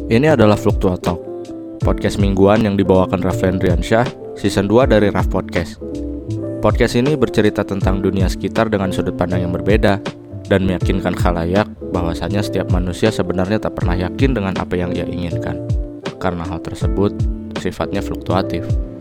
Ini adalah Fluktual Talk, podcast mingguan yang dibawakan Raffi Andriansyah, season 2 dari Raf Podcast. Podcast ini bercerita tentang dunia sekitar dengan sudut pandang yang berbeda dan meyakinkan khalayak bahwasanya setiap manusia sebenarnya tak pernah yakin dengan apa yang ia inginkan. Karena hal tersebut sifatnya fluktuatif.